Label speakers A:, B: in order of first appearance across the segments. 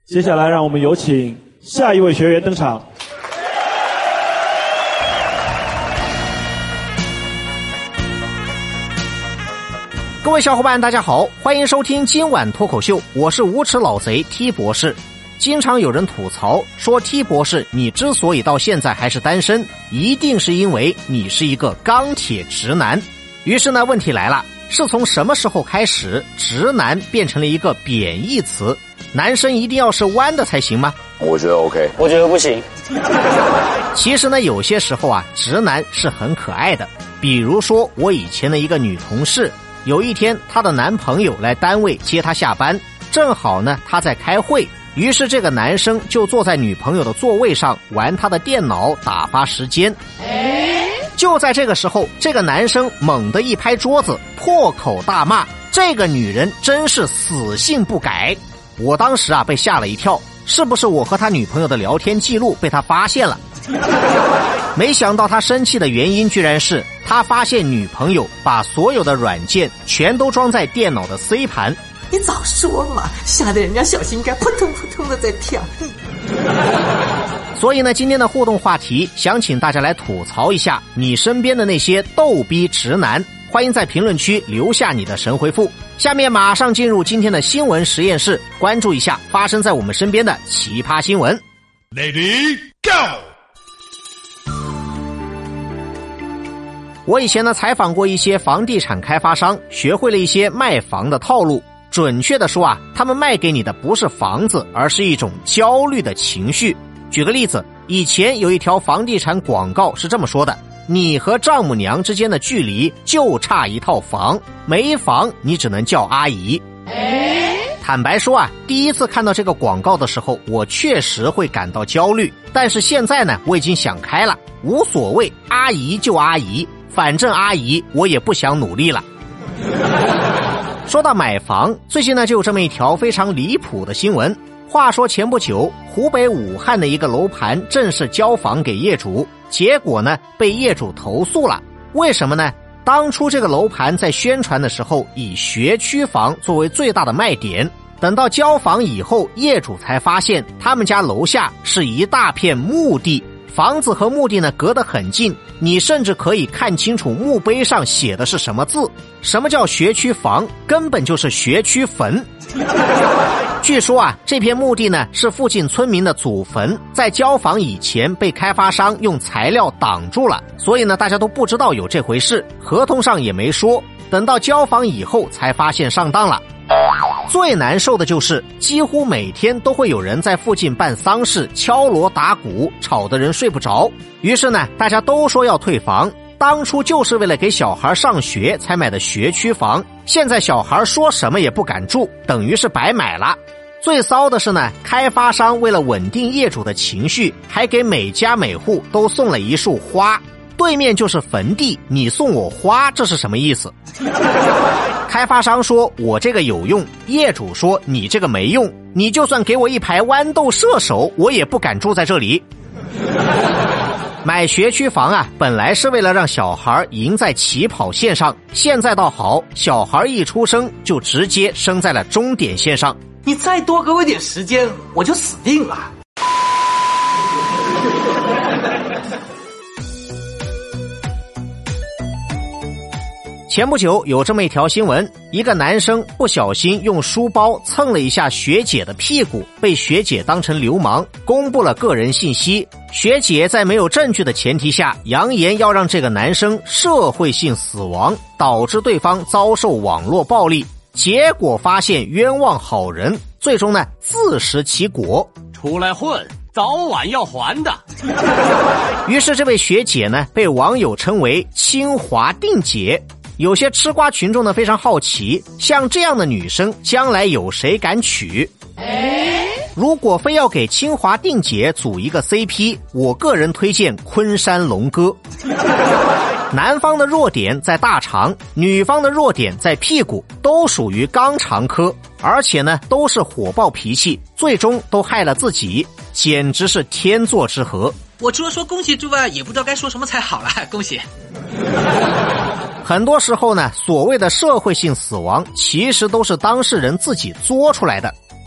A: 接下来让我们有请下一位学员登场。
B: 各位小伙伴大家好，欢迎收听今晚脱口秀，我是无耻老贼 T 博士。经常有人吐槽说 T 博士你之所以到现在还是单身，一定是因为你是一个钢铁直男。于是呢，问题来了，是从什么时候开始直男变成了一个贬义词？男生一定要是弯的才行吗？
C: 我觉得 OK，
D: 我觉得不行。
B: 其实呢，有些时候啊，直男是很可爱的。比如说我以前的一个女同事，有一天她的男朋友来单位接她下班，正好呢她在开会，于是这个男生就坐在女朋友的座位上玩他的电脑打发时间。就在这个时候，这个男生猛地一拍桌子，破口大骂这个女人真是死性不改。我当时啊被吓了一跳，是不是我和他女朋友的聊天记录被他发现了？没想到他生气的原因居然是他发现女朋友把所有的软件全都装在电脑的 C 盘。
E: 你早说嘛，吓得人家小心肝扑通扑通的在跳。
B: 所以呢，今天的互动话题想请大家来吐槽一下你身边的那些逗逼直男，欢迎在评论区留下你的神回复。下面马上进入今天的新闻实验室，关注一下发生在我们身边的奇葩新闻。
F: Lady Go。
B: 我以前呢采访过一些房地产开发商，学会了一些卖房的套路。准确的说啊，他们卖给你的不是房子，而是一种焦虑的情绪。举个例子，以前有一条房地产广告是这么说的：你和丈母娘之间的距离就差一套房，没房你只能叫阿姨。坦白说啊，第一次看到这个广告的时候，我确实会感到焦虑，但是现在呢，我已经想开了，无所谓，阿姨就阿姨，反正阿姨我也不想努力了。说到买房，最近呢就有这么一条非常离谱的新闻。话说前不久，湖北武汉的一个楼盘正式交房给业主，结果呢被业主投诉了。为什么呢？当初这个楼盘在宣传的时候以学区房作为最大的卖点，等到交房以后，业主才发现他们家楼下是一大片墓地，房子和墓地呢隔得很近，你甚至可以看清楚墓碑上写的是什么字。什么叫学区房？根本就是学区坟。据说啊，这片墓地呢是附近村民的祖坟，在交房以前被开发商用材料挡住了，所以呢大家都不知道有这回事，合同上也没说，等到交房以后才发现上当了。最难受的就是几乎每天都会有人在附近办丧事，敲锣打鼓，吵得人睡不着。于是呢大家都说要退房，当初就是为了给小孩上学才买的学区房，现在小孩说什么也不敢住，等于是白买了。最骚的是呢，开发商为了稳定业主的情绪，还给每家每户都送了一束花。对面就是坟地，你送我花，这是什么意思？开发商说我这个有用，业主说你这个没用，你就算给我一排豌豆射手，我也不敢住在这里。买学区房啊，本来是为了让小孩赢在起跑线上，现在倒好，小孩一出生就直接生在了终点线上。
E: 你再多给我一点时间，我就死定了。
B: 前不久有这么一条新闻，一个男生不小心用书包蹭了一下学姐的屁股，被学姐当成流氓，公布了个人信息。学姐在没有证据的前提下，扬言要让这个男生社会性死亡，导致对方遭受网络暴力。结果发现冤枉好人，最终呢自食其果。
D: 出来混，早晚要还的。
B: 于是这位学姐呢被网友称为清华定姐。有些吃瓜群众呢非常好奇，像这样的女生将来有谁敢娶？如果非要给清华定姐组一个 CP， 我个人推荐昆山龙哥。男方的弱点在大肠，女方的弱点在屁股，都属于肛肠科，而且呢都是火爆脾气，最终都害了自己，简直是天作之合。
E: 我除了说恭喜之外，也不知道该说什么才好了，恭喜。
B: 很多时候呢，所谓的社会性死亡其实都是当事人自己作出来的。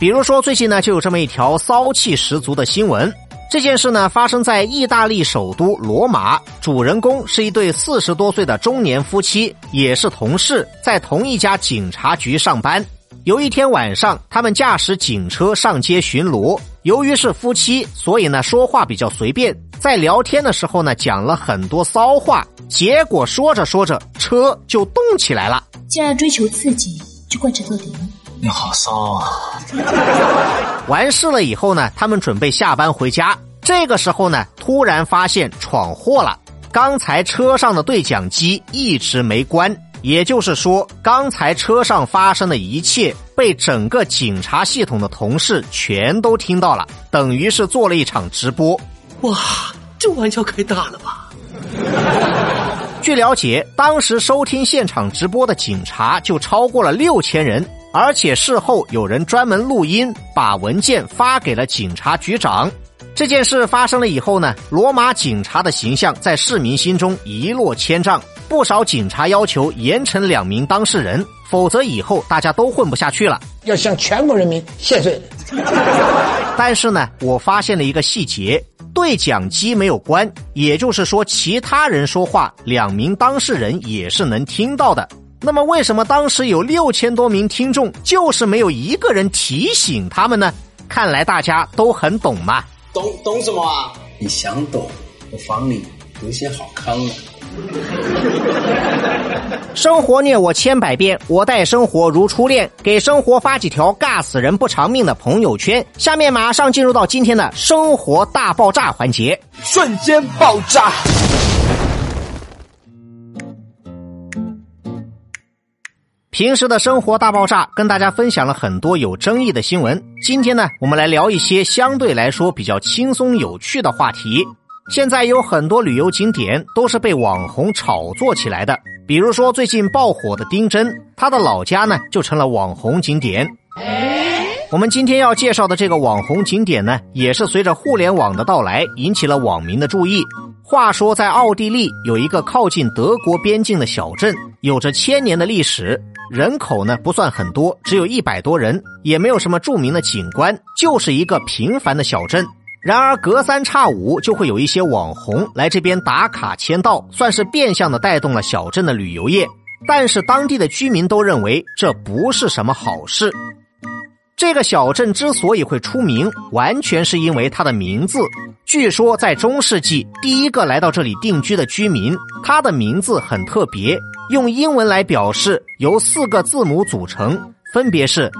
B: 比如说最近呢就有这么一条骚气十足的新闻，这件事呢发生在意大利首都罗马，主人公是一对40多岁的中年夫妻，也是同事，在同一家警察局上班。有一天晚上，他们驾驶警车上街巡逻，由于是夫妻，所以呢说话比较随便，在聊天的时候呢讲了很多骚话，结果说着说着车就动起来了。
C: 既然追求刺激，就贯彻到底了。
G: 你好骚啊！
B: 完事了以后呢，他们准备下班回家，这个时候呢突然发现闯祸了，刚才车上的对讲机一直没关，也就是说刚才车上发生的一切被整个警察系统的同事全都听到了，等于是做了一场直播。
G: 哇，这玩笑开大了吧！
B: 据了解，当时收听现场直播的警察就超过了6000人，而且事后有人专门录音，把文件发给了警察局长。这件事发生了以后呢，罗马警察的形象在市民心中一落千丈，不少警察要求严惩2名当事人，否则以后大家都混不下去了，
H: 要向全国人民谢罪。
B: 但是呢，我发现了一个细节，对讲机没有关，也就是说其他人说话2名当事人也是能听到的。那么为什么当时有6000多名听众就是没有一个人提醒他们呢？看来大家都很懂嘛。
I: 懂什么啊？你想懂，我帮你有些好康的。
B: 生活虐我千百遍，我待生活如初恋，给生活发几条尬死人不偿命的朋友圈。下面马上进入到今天的生活大爆炸环节，
G: 瞬间爆炸。
B: 平时的生活大爆炸跟大家分享了很多有争议的新闻，今天呢我们来聊一些相对来说比较轻松有趣的话题。现在有很多旅游景点都是被网红炒作起来的，比如说最近爆火的丁真，他的老家呢就成了网红景点。我们今天要介绍的这个网红景点呢，也是随着互联网的到来引起了网民的注意。话说在奥地利有一个靠近德国边境的小镇，有着1000年的历史，人口呢不算很多，只有100多人，也没有什么著名的景观，就是一个平凡的小镇。然而隔三差五就会有一些网红来这边打卡签到，算是变相的带动了小镇的旅游业。但是当地的居民都认为这不是什么好事。这个小镇之所以会出名，完全是因为它的名字。据说在中世纪，第一个来到这里定居的居民，他的名字很特别，用英文来表示，由4个字母组成，分别是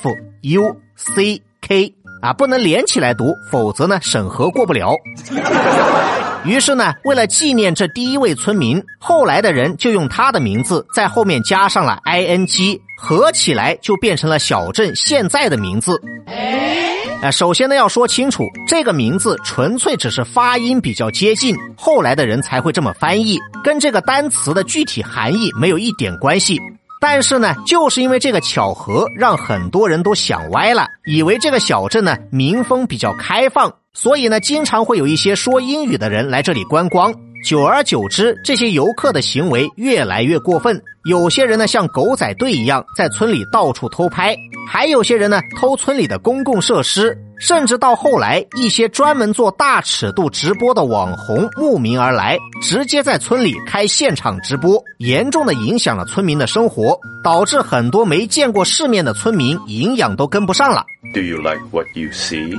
B: F-U-C-K。不能连起来读，否则呢审核过不了。于是呢，为了纪念这第一位村民，后来的人就用他的名字在后面加上了 ing， 合起来就变成了小镇现在的名字。首先呢要说清楚，这个名字纯粹只是发音比较接近，后来的人才会这么翻译，跟这个单词的具体含义没有一点关系。但是呢，就是因为这个巧合，让很多人都想歪了，以为这个小镇呢民风比较开放，所以呢经常会有一些说英语的人来这里观光。久而久之，这些游客的行为越来越过分，有些人呢像狗仔队一样在村里到处偷拍，还有些人呢偷村里的公共设施，甚至到后来一些专门做大尺度直播的网红慕名而来，直接在村里开现场直播，严重的影响了村民的生活，导致很多没见过世面的村民营养都跟不上了。
J: Do you like what you see?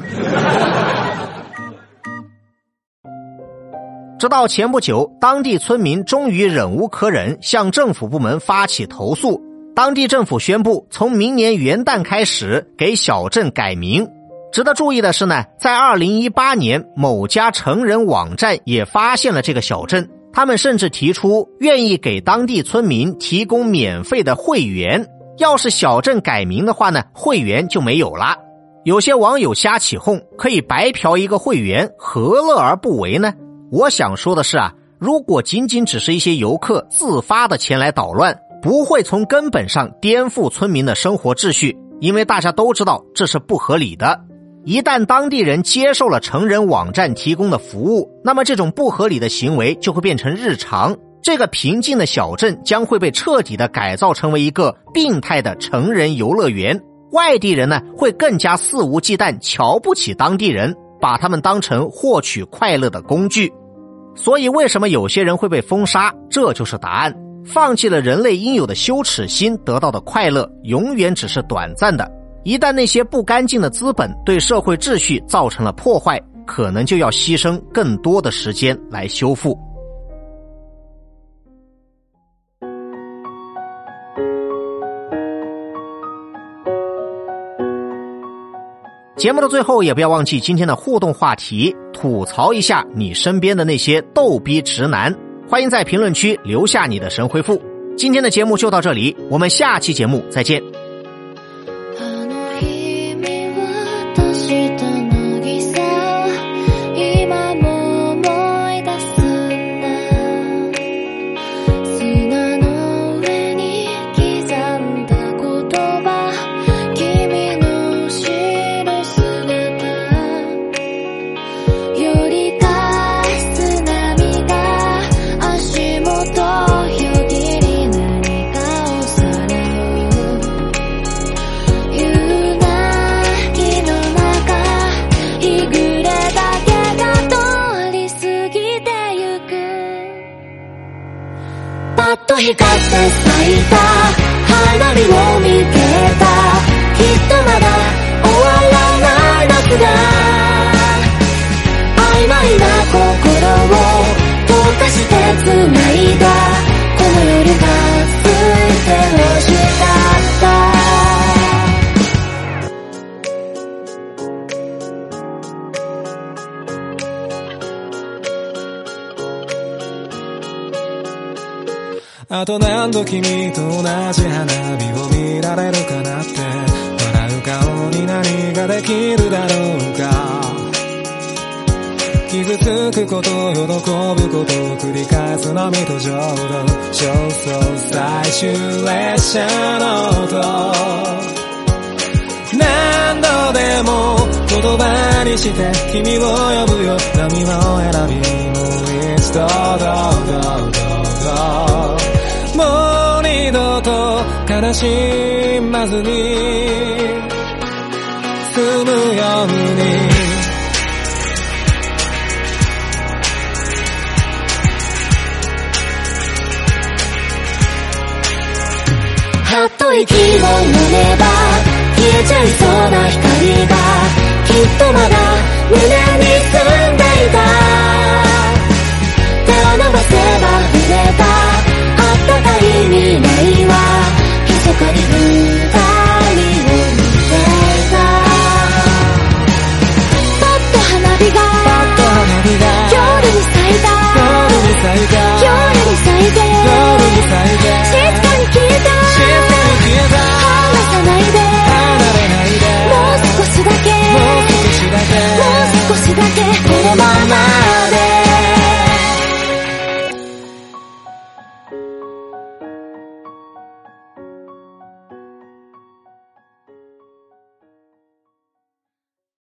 B: 直到前不久，当地村民终于忍无可忍，向政府部门发起投诉。当地政府宣布，从明年元旦开始给小镇改名。值得注意的是呢，在2018年，某家成人网站也发现了这个小镇，他们甚至提出愿意给当地村民提供免费的会员。要是小镇改名的话呢，会员就没有了。有些网友瞎起哄，可以白嫖一个会员，何乐而不为呢？我想说的是如果仅仅只是一些游客自发的前来捣乱，不会从根本上颠覆村民的生活秩序，因为大家都知道这是不合理的。一旦当地人接受了成人网站提供的服务，那么这种不合理的行为就会变成日常，这个平静的小镇将会被彻底的改造成为一个病态的成人游乐园， 外地人呢会更加肆无忌惮，瞧不起当地人，把他们当成获取快乐的工具。所以为什么有些人会被封杀，这就是答案。放弃了人类应有的羞耻心，得到的快乐永远只是短暂的。一旦那些不干净的资本对社会秩序造成了破坏，可能就要牺牲更多的时间来修复。节目的最后也不要忘记今天的互动话题，吐槽一下你身边的那些逗逼直男。欢迎在评论区留下你的神回复。今天的节目就到这里，我们下期节目再见。
K: 光って咲いた花火を見てた、きっとまだ終わらない夏が、曖昧な心を溶かして繋いだ、この夜がついて欲しかった。
L: あと何度君と同じ花火を見られるかなって、笑う顔に何ができるだろうか。傷つくこと喜ぶことを繰り返す波と浄土、焦燥最終列車の音、何度でも言葉にして君を呼ぶよ、波の選びもう一度もう二度と悲しまずに済むように。
K: はっと息を飲めば消えちゃいそうな光が、きっとまだ胸に住んでいた。手を伸ばせば触れた暖かい未来は、密かに二人を見ていた。パッと花火が夜に咲いた。